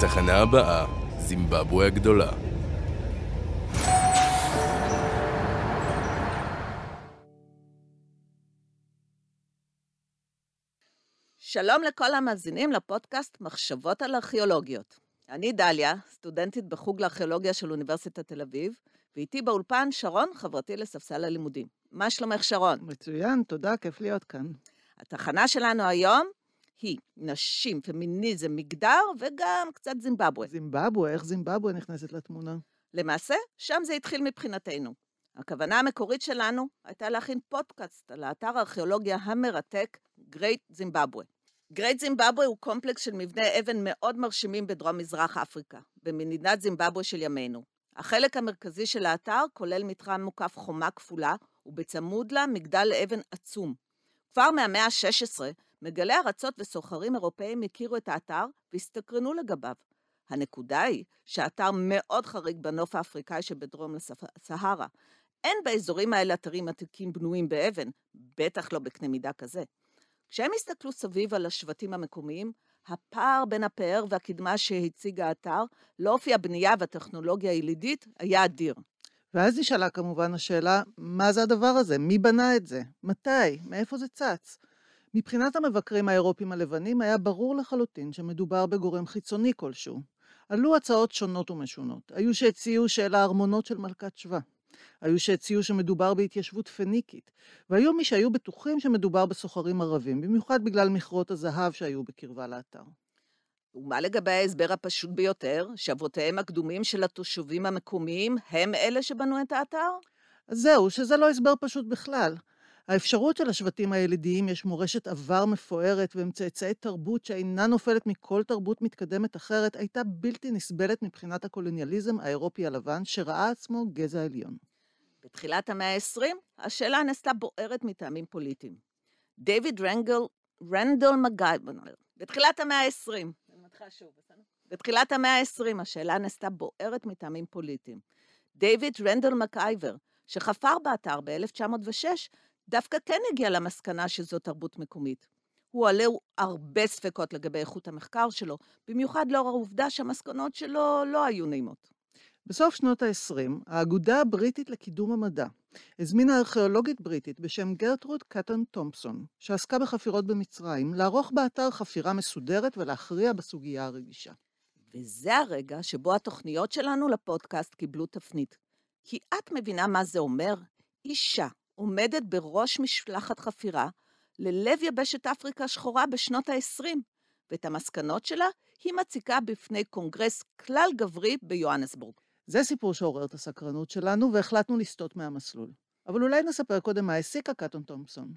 בתחנה הבאה, זימבבואה הגדולה. שלום לכל המאזינים לפודקאסט מחשבות על ארכיאולוגיות. אני דליה, סטודנטית בחוג לארכיאולוגיה של אוניברסיטת תל אביב, ואיתי באולפן שרון, חברתי לספסל הלימודים. מה שלומך שרון? מצוין, תודה, כיף להיות כאן. התחנה שלנו היום היא נשים, פמיניזם, מגדר וגם קצת זימבבואה. זימבבואה, איך זימבבואה נכנסת לתמונה? למעשה, שם זה התחיל מבחינתנו. הכוונה המקורית שלנו הייתה להכין פודקאסט על האתר הארכיאולוגיה המרתק Great Zimbabwe. Great Zimbabwe הוא קומפלקס של מבני אבן מאוד מרשימים בדרום מזרח אפריקה, במדינת זימבבואה של ימינו. החלק המרכזי של האתר כולל מתחם מוקף חומה כפולה, ובצמוד לה מגדל אבן עצום. כבר מהמאה ה-16, מגלי ארצות וסוחרים אירופאים הכירו את האתר והסתקרנו לגביו. הנקודה היא שהאתר מאוד חריג בנוף האפריקאי שבדרום לסהרה. אין באזורים האלה אתרים עתיקים בנויים באבן, בטח לא בקנה מידה כזה. כשהם הסתכלו סביב על השבטים המקומיים, הפער בין הפאר והקדמה שהציג האתר, לאופי הבנייה והטכנולוגיה הילידית, היה אדיר. ואז נשאלה כמובן השאלה, מה זה הדבר הזה? מי בנה את זה? מתי? מאיפה זה צץ? מבחינת המבקרים האירופים הלבנים היה ברור לחלוטין שמדובר בגורם חיצוני כלשהו. עלו הצעות שונות ומשונות. היו שהציעו שאלה הארמונות של מלכת שבא. היו שהציעו שמדובר בהתיישבות פניקית. והיו מי שהיו בטוחים שמדובר בסוחרים ערבים, במיוחד בגלל מכרות הזהב שהיו בקרבה לאתר. ומה לגבי ההסבר הפשוט ביותר, שאבותיהם הקדומים של התושבים המקומיים הם אלה שבנו את האתר? אז זהו, שזה לא הסבר פשוט בכלל. האפשרות של השבטים הילידיים יש מורשת עבר מפוארת ואמצעי תרבות שאינה נופלת מכל תרבות מתקדמת אחרת, הייתה בלתי נסבלת מבחינת הקולוניאליזם האירופי הלבן שראה עצמו גזע עליון. בתחילת המאה ה-20, השאלה נעשתה בוערת מטעמים פוליטיים. דיוויד רנדל מגייבר, בתחילת המאה ה-20, בתחילת המאה ה-20 השאלה נעשתה בוערת מטעמים פוליטיים. דיוויד רנדל מקייבר, שחפר באתר ב-1906, דווקא כן הגיע למסקנה שזו תרבות מקומית. הוא עלהו הרבה ספקות לגבי איכות המחקר שלו, במיוחד לאור העובדה שהמסקנות שלו לא היו נעימות. בסוף שנות ה-20, האגודה הבריטית לקידום המדע הזמינה ארכיאולוגית בריטית בשם גרטרוד קטון תומפסון, שעסקה בחפירות במצרים, לערוך באתר חפירה מסודרת ולהכריע בסוגיה הרגישה. וזה הרגע שבו התוכניות שלנו לפודקאסט קיבלו תפנית. כי את מבינה מה זה אומר? אישה עומדת בראש משלחת חפירה ללב יבשת אפריקה השחורה בשנות ה-20, ואת המסקנות שלה היא מציקה בפני קונגרס כלל גברי ביוהנסבורג. זה סיפור שעורר את הסקרנות שלנו והחלטנו לסטות מהמסלול. אבל אולי נספר קודם מה הסיקה קטון תומפסון.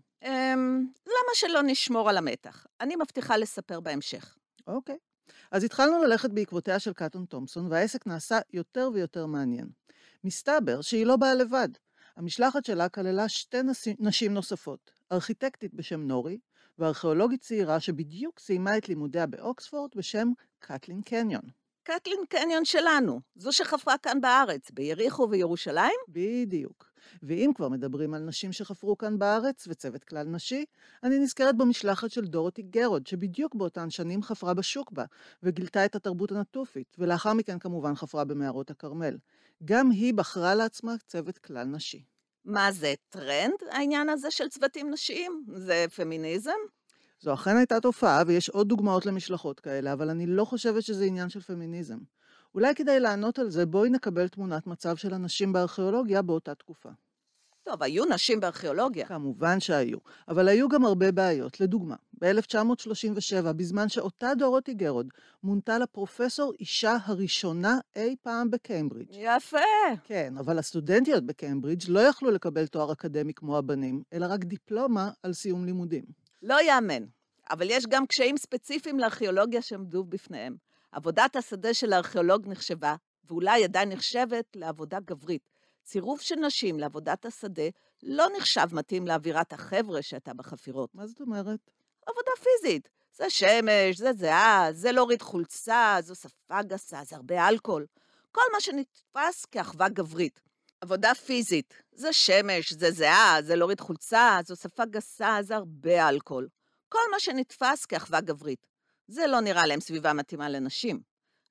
למה שלא נשמור על המתח? אני מבטיחה לספר בהמשך. אוקיי. אז התחלנו ללכת בעקבותיה של קטון תומפסון, והעסק נעשה יותר ויותר מעניין. מסתבר שהיא לא באה לבד. המשלחת שלה כללה שתי נשים נוספות, ארכיטקטית בשם נורי, וארכיאולוגית צעירה שבדיוק סיימה את לימודיה באוקספורד בשם קטלין קניון. קטלין קניון שלנו, זו שחפרה כאן בארץ, ביריחו וירושלים? בדיוק. ואם כבר מדברים על נשים שחפרו כאן בארץ וצוות כלל נשי, אני נזכרת במשלחת של דורותי גרוד, שבדיוק באותן שנים חפרה בשוקבה, וגילתה את התרבות הנטופית, ולאחר מכן כמובן חפרה במערות הכרמל. גם היא בחרה לעצמה צוות כלל נשי. מה זה, טרנד, העניין הזה של צוותים נשיים? זה פמיניזם? זו אכן הייתה תופעה, ויש עוד דוגמאות למשלחות כאלה, אבל אני לא חושבת שזה עניין של פמיניזם. אולי כדי לענות על זה, בואי נקבל תמונת מצב של הנשים בארכיאולוגיה באותה תקופה. טוב, היו נשים בארכיאולוגיה. כמובן שהיו, אבל היו גם הרבה בעיות. לדוגמה, ב-1937, בזמן שאותה דורותי גרוד מונתה לפרופסור אישה הראשונה אי פעם בקיימברידג'. יפה. כן, אבל הסטודנטיות בקיימברידג' לא יכלו לקבל תואר אקדמי כמו הבנים, אלא רק דיפלומה על סיום לימודים. לא יאמן, אבל יש גם קשיים ספציפיים לארכיאולוגיה שעמדו בפניהם. עבודת השדה של הארכיאולוג נחשבה, ואולי עדיין נחשבת, לעבודה גברית. צירוף של נשים לעבודת השדה לא נחשב מתאים לאווירת החבר'ה שהייתה בחפירות. מה זאת אומרת? עבודה פיזית. זה שמש, זה זהה, זה להוריד חולצה, זו שפה גסה, זה הרבה אלכוהול. כל מה שנתפס כאחווה גברית. עבודה פיזית, זה שמש, זה זהה, זה להוריד חולצה, זו שפה גסה, זה הרבה אלכוהול. כל מה שנתפס כאחווה גברית. זה לא נראה להם סביבה מתאימה לנשים.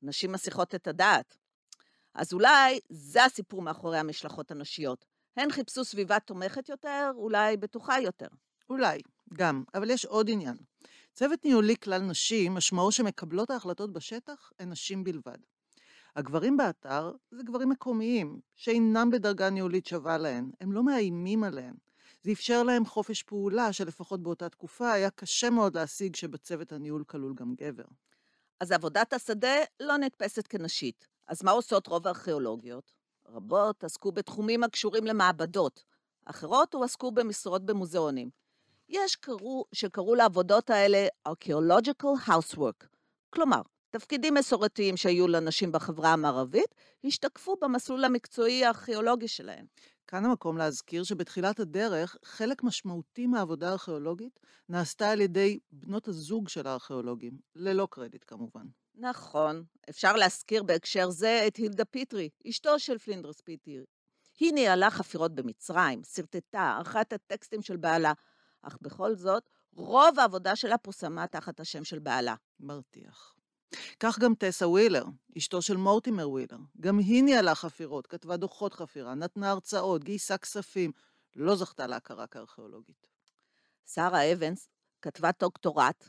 נשים מסיחות את הדעת. אז אולי זה הסיפור מאחורי המשלחות הנשיות. הן חיפשו סביבה תומכת יותר, אולי בטוחה יותר. אולי, גם, אבל יש עוד עניין. צוות ניהולי כלל נשים, משמעו שמקבלות ההחלטות בשטח, הן נשים בלבד. הגברים באתר זה גברים מקומיים, שאינם בדרגה ניהולית שווה להן, הם לא מאיימים עליהן. זה אפשר להם חופש פעולה, שלפחות באותה תקופה היה קשה מאוד להשיג שבצוות הניהול כלול גם גבר. אז עבודת השדה לא נתפסת כנשית. אז מה עושות רוב הארכיאולוגיות? רבות עסקו בתחומים הקשורים למעבדות. אחרות הועסקו במשרות במוזיאונים. יש שקראו לעבודות האלה Archaeological Housework. כלומר, תפקידים מסורתיים שהיו לנשים בחברה המערבית, השתקפו במסלול המקצועי הארכיאולוגי שלהם. כאן המקום להזכיר שבתחילת הדרך, חלק משמעותי מהעבודה הארכיאולוגית נעשתה על ידי בנות הזוג של הארכיאולוגים, ללא קרדיט כמובן. נכון, אפשר להזכיר בהקשר זה את הילדה פיטרי, אשתו של פלינדרס פיטרי. היא ניהלה חפירות במצרים, סרטטה, ערכה את הטקסטים של בעלה, אך בכל זאת, רוב העבודה שלה פורסמה תחת השם של בעלה. מרתיח. כך גם טסה ווילר, אשתו של מורטימר ווילר. גם היא ניהלה חפירות, כתבה דוחות חפירה, נתנה הרצאות, גייסה כספים, לא זכתה להכרה כארכיאולוגית. שרה אבנס כתבה דוקטורט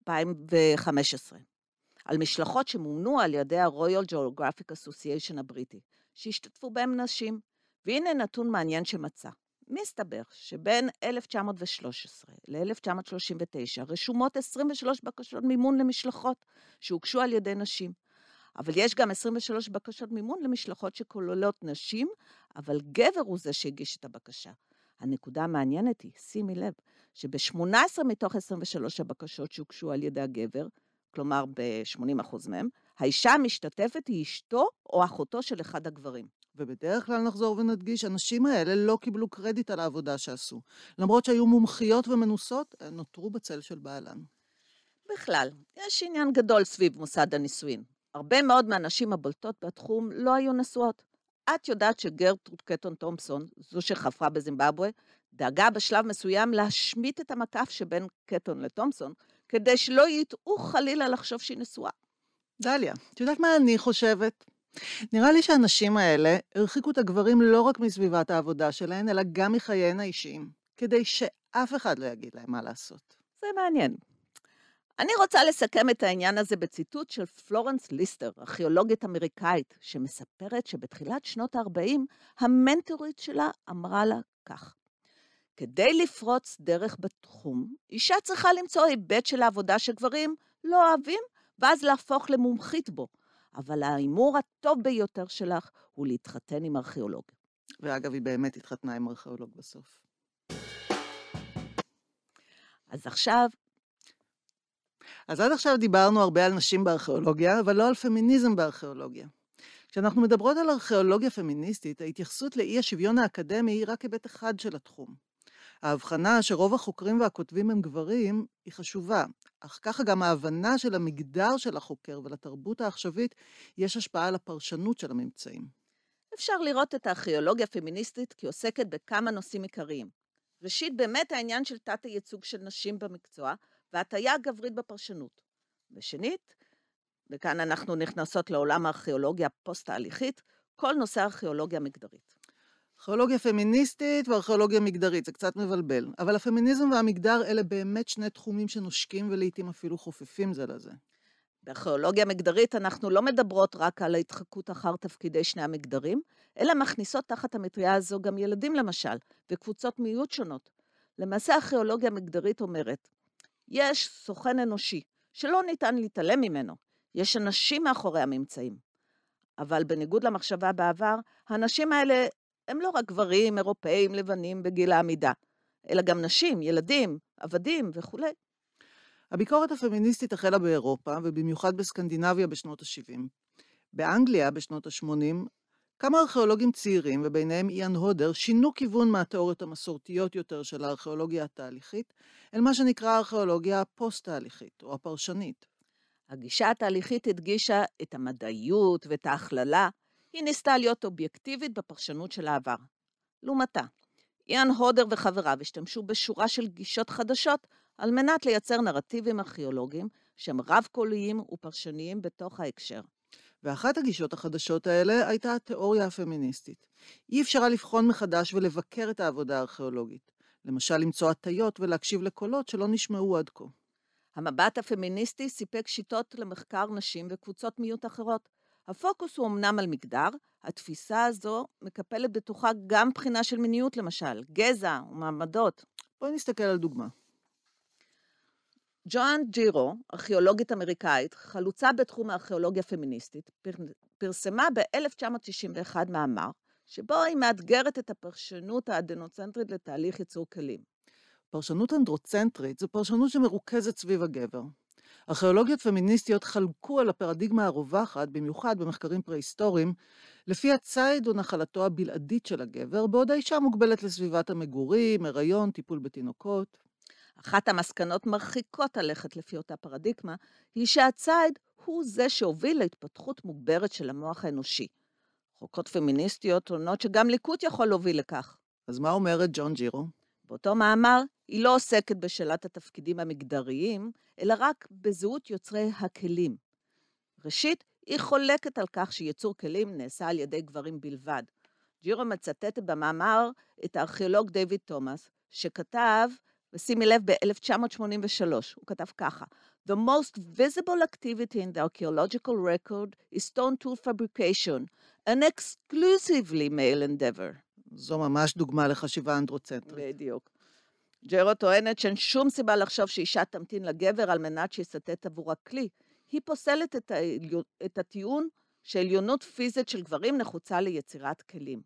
ב-2015, על משלחות שמומנו על ידי ה-Royal Geographic Association הבריטי, שהשתתפו בהם נשים, והנה נתון מעניין שמצא. מסתבר שבין 1913 ל-1939 רשומות 23 בקשות מימון למשלחות שהוגשו על ידי נשים. אבל יש גם 23 בקשות מימון למשלחות שכוללות נשים, אבל גבר הוא זה שהגיש את הבקשה. הנקודה המעניינת היא, שימי לב, שב-18 מתוך 23 הבקשות שהוגשו על ידי הגבר, כלומר ב-80% מהם, האישה המשתתפת היא אשתו או אחותו של אחד הגברים. ובדרך כלל נחזור ונדגיש, הנשים האלה לא קיבלו קרדיט על העבודה שעשו. למרות שהיו מומחיות ומנוסות, הן נותרו בצל של בעלן. בכלל, יש עניין גדול סביב מוסד הנישואין. הרבה מאוד מהנשים הבולטות בתחום לא היו נשואות. את יודעת שגרטרוד קטון תומפסון, זו שחפרה בזימבבואה, דאגה בשלב מסוים להשמיט את המקף שבין קטון לתומפסון, כדי שלא יטעו חלילה לחשוב שהיא נשואה. דליה, את יודעת מה אני חושבת? נראה לי שהנשים האלה הרחיקו את הגברים לא רק מסביבת העבודה שלהן, אלא גם מחייהן האישיים, כדי שאף אחד לא יגיד להם מה לעשות. זה מעניין. אני רוצה לסכם את העניין הזה בציטוט של פלורנס ליסטר, ארכיאולוגית אמריקאית, שמספרת שבתחילת שנות ה-40, המנטורית שלה אמרה לה כך: כדי לפרוץ דרך בתחום, אישה צריכה למצוא היבט של העבודה שגברים לא אוהבים, ואז להפוך למומחית בו. אבל האימור הטוב ביותר שלך הוא להתחתן עם ארכיאולוג. ואגב, היא באמת התחתנה עם ארכיאולוג בסוף. אז עד עכשיו דיברנו הרבה על נשים בארכיאולוגיה, אבל לא על פמיניזם בארכיאולוגיה. כשאנחנו מדברות על ארכיאולוגיה פמיניסטית, ההתייחסות לאי השוויון האקדמי היא רק היבט אחד של התחום. ההבחנה שרוב החוקרים והכותבים הם גברים היא חשובה, אך ככה גם ההבנה של המגדר של החוקר ולתרבות העכשווית יש השפעה על הפרשנות של הממצאים. אפשר לראות את הארכיאולוגיה הפמיניסטית כעוסקת בכמה נושאים עיקריים. ראשית, באמת העניין של תת הייצוג של נשים במקצוע, והטיה גברית בפרשנות. ושנית, וכאן אנחנו נכנסות לעולם הארכיאולוגיה הפוסט-תהליכית, כל נושא הארכיאולוגיה המגדרית. ארכיאולוגיה פמיניסטית וארכיאולוגיה מגדרית, זה קצת מבלבל, אבל הפמיניזם והמגדר אלה באמת שני תחומים שנושקים ולעיתים אפילו חופפים זה לזה. בארכיאולוגיה מגדרית אנחנו לא מדברות רק על ההתחקות אחר תפקידי שני המגדרים, אלא מכניסות תחת המטריה הזו גם ילדים למשל, וקבוצות מיעוט שונות. למעשה הארכיאולוגיה המגדרית אומרת, יש סוכן אנושי שלא ניתן להתעלם ממנו, יש אנשים מאחורי הממצאים. אבל בניגוד למחשבה בעבר, האנשים האלה הם לא רק גברים, אירופאים, לבנים בגיל העמידה, אלא גם נשים, ילדים, עבדים וכו'. הביקורת הפמיניסטית החלה באירופה, ובמיוחד בסקנדינביה בשנות ה-70. באנגליה בשנות ה-80, כמה ארכיאולוגים צעירים, וביניהם איאן הודר, שינו כיוון מהתיאוריות המסורתיות יותר של הארכיאולוגיה התהליכית, אל מה שנקרא הארכיאולוגיה הפוסט-תהליכית, או הפרשנית. הגישה התהליכית הדגישה את המדעיות ואת ההכללה, היא ניסתה להיות אובייקטיבית בפרשנות של העבר. לעומתה, איאן הודר וחבריו השתמשו בשורה של גישות חדשות, על מנת לייצר נרטיבים ארכיאולוגיים שהם רב-קוליים ופרשניים בתוך ההקשר. ואחת הגישות החדשות האלה הייתה התיאוריה הפמיניסטית. אי אפשרה לבחון מחדש ולבקר את העבודה הארכיאולוגית. למשל, למצוא הטיות ולהקשיב לקולות שלא נשמעו עד כה. המבט הפמיניסטי סיפק שיטות למחקר נשים וקבוצות מיעוט אחרות. הפוקוס הוא אמנם על מגדר, התפיסה הזו מקפלת בתוכה גם בחינה של מיניות למשל, גזע ומעמדות. בואי נסתכל על דוגמה. ג'ואן ג'ירו, ארכיאולוגית אמריקאית, חלוצה בתחום הארכיאולוגיה הפמיניסטית, פרסמה ב-1991 מאמר, שבו היא מאתגרת את הפרשנות האדנוצנטרית לתהליך ייצור כלים. פרשנות אנדרוצנטרית זו פרשנות שמרוכזת סביב הגבר. ארכיאולוגיות פמיניסטיות חלקו על הפרדיגמה הרווחת, במיוחד במחקרים פרה-היסטוריים, לפי הציד או נחלתו הבלעדית של הגבר, בעוד האישה מוגבלת לסביבת המגורים, הריון, טיפול בתינוקות. אחת המסקנות מרחיקות הלכת לפי אותה פרדיגמה, היא שהציד הוא זה שהוביל להתפתחות מוגברת של המוח האנושי. חוקרות פמיניסטיות טוענות שגם ליקוט יכול להוביל לכך. אז מה אומרת ג'ון ג'ירו? באותו מאמר, היא לא עוסקת בשאלת התפקידים המגדריים, אלא רק בזהות יוצרי הכלים. ראשית, היא חולקת על כך שיצור כלים נעשה על ידי גברים בלבד. ג'ירו מצטטת במאמר את הארכיאולוג דיוויד תומאס, שכתב, ושימי לב, ב-1983, הוא כתב ככה, The most visible activity in the archaeological record is stone tool fabrication, an exclusively male endeavor. זו ממש דוגמה לחשיבה אנדרוצנטרית. בדיוק. ג'ירו טוענת שאין שום סיבה לחשוב שאישה תמתין לגבר על מנת שיסתת עבור הכלי. היא פוסלת את הטיעון שעליונות פיזית של גברים נחוצה ליצירת כלים.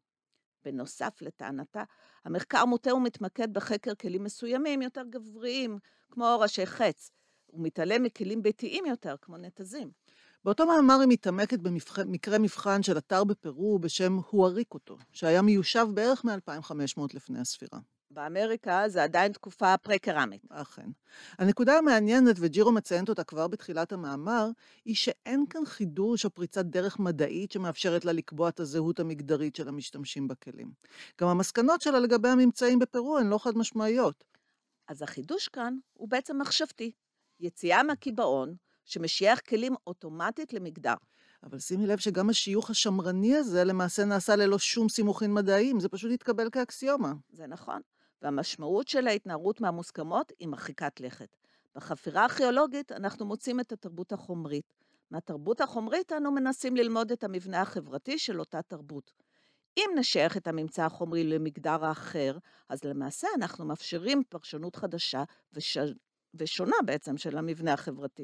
בנוסף לטענתה, המחקר מוטה ומתמקד בחקר כלים מסוימים יותר גבריים, כמו ראשי חץ, ומתעלם מכלים ביתיים יותר, כמו נתזים. באותו מאמר היא מתעמקת במקרה מבחן של אתר בפרו בשם הואריקוטו, שהיה מיושב בערך מ-2500 לפני הספירה. באמריקה זה עדיין תקופה פרה-קרמית. אכן. הנקודה המעניינת, וג'ירו מציינת אותה כבר בתחילת המאמר, היא שאין כאן חידוש או פריצת דרך מדעית שמאפשרת לה לקבוע את הזהות המגדרית של המשתמשים בכלים. גם המסקנות שלה לגבי הממצאים בפרו הן לא חד משמעיות. אז החידוש כאן הוא בעצם מחשבתי. יציאה מהקיבעון שמשיח כלים אוטומטית למגדר. אבל שימי לב שגם השיוך השמרני הזה למעשה נעשה ללא שום סימוכין מדעיים, זה פשוט התקבל כאקסיומה. זה נכון. והמשמעות של ההתנערות מהמוסכמות היא מרחיקת לכת. בחפירה הארכיאולוגית אנחנו מוצאים את התרבות החומרית. מהתרבות החומרית אנו מנסים ללמוד את המבנה החברתי של אותה תרבות. אם נשייך את הממצא החומרי למגדר האחר, אז למעשה אנחנו מאפשרים פרשנות חדשה ושונה בעצם של המבנה החברתי.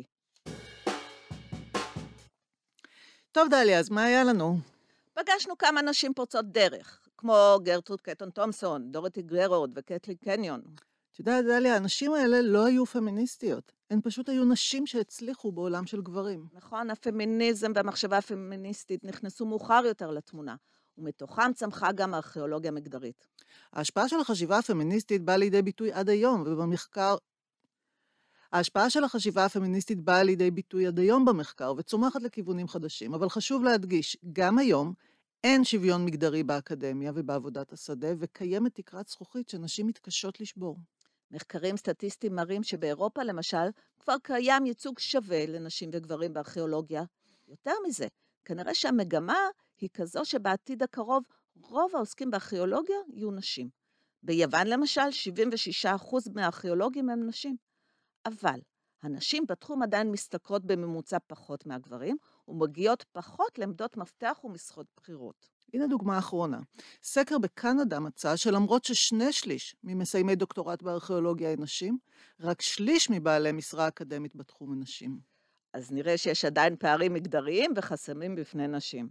טוב דליה, אז מה היה לנו? פגשנו כמה נשים פורצות דרך, כמו גרטרוד קטון תומפסון, דורותי גררוד וקטלי קניון. את יודעת, דליה, הנשים האלה לא היו פמיניסטיות. הן פשוט היו נשים שהצליחו בעולם של גברים. נכון, הפמיניזם והמחשבה הפמיניסטית נכנסו מאוחר יותר לתמונה, ומתוכם צמחה גם הארכיאולוגיה המגדרית. ההשפעה של החשיבה הפמיניסטית באה לידי ביטוי עד היום, ובמחקר... ההשפעה של החשיבה הפמיניסטית באה לידי ביטוי עד היום במחקר, וצומחת לכיוונים חדשים. אבל חשוב להדגיש, גם היום אין שוויון מגדרי באקדמיה ובעבודת השדה, וקיימת תקרת זכוכית שנשים מתקשות לשבור. מחקרים סטטיסטיים מראים שבאירופה למשל כבר קיים ייצוג שווה לנשים וגברים בארכיאולוגיה. יותר מזה, כנראה שהמגמה היא כזו שבעתיד הקרוב רוב העוסקים בארכיאולוגיה יהיו נשים. ביוון למשל 76% מהארכיאולוגים הם נשים. אבל הנשים בתחום עדיין משתכרות בממוצע פחות מהגברים, ומגיעות פחות לעמדות מפתח ומשרות בחירות. הנה דוגמה אחרונה. סקר בקנדה מצא שלמרות ש2/3 ממסיימי דוקטורט בארכיאולוגיה הן נשים, רק 1/3 מבעלי משרה אקדמית בתחום הנשים. אז נראה שיש עדיין פערים מגדריים וחסמים בפני נשים.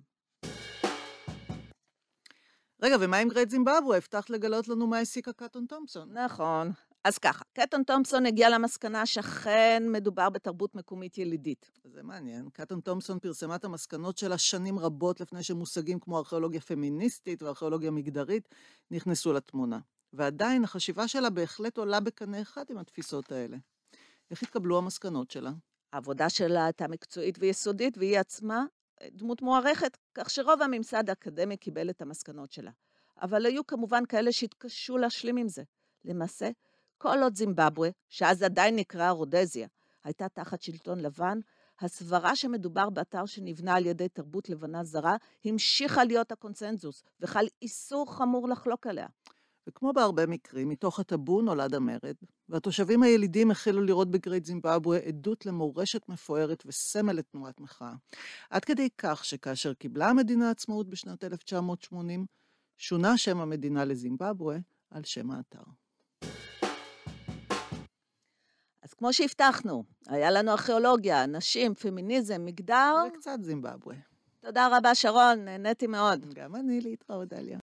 רגע, ומה עם גרייט זימבבואה? הבטחת לגלות לנו מה הסיקה קטון תומפסון. נכון. אז ככה, קטון תומפסון הגיע למסקנה שאכן מדובר בתרבות מקומית ילידית. זה מעניין. קטון תומפסון פרסמה את המסקנות שלה שנים רבות לפני שמושגים כמו ארכיאולוגיה פמיניסטית וארכיאולוגיה מגדרית נכנסו לתמונה. ועדיין החשיבה שלה בהחלט עולה בקנה אחד עם התפיסות האלה. איך התקבלו המסקנות שלה? העבודה שלה הייתה מקצועית ויסודית, והיא עצמה דמות מוערכת, כך שרוב הממסד האקדמי קיבל את המסקנות שלה. אבל היו כמובן כאלה שהתקשו להשלים עם זה. למעשה, כל עוד זימבבואה, שאז עדיין נקרא רודזיה, הייתה תחת שלטון לבן, הסברה שמדובר באתר שנבנה על ידי תרבות לבנה זרה, המשיכה להיות הקונסנזוס, וחל איסור חמור לחלוק עליה. וכמו בהרבה מקרים, מתוך הטאבו נולד המרד, והתושבים הילידים החלו לראות בגרייט זימבבואה עדות למורשת מפוארת וסמל לתנועת מחאה. עד כדי כך שכאשר קיבלה המדינה עצמאות בשנת 1980, שונה שם המדינה לזימבבואה על שם האתר. אז כמו שהבטחנו, היה לנו ארכיאולוגיה, נשים, פמיניזם, מגדר. וקצת זימבבואה. תודה רבה שרון, נהניתי מאוד. גם אני להתראות דליה.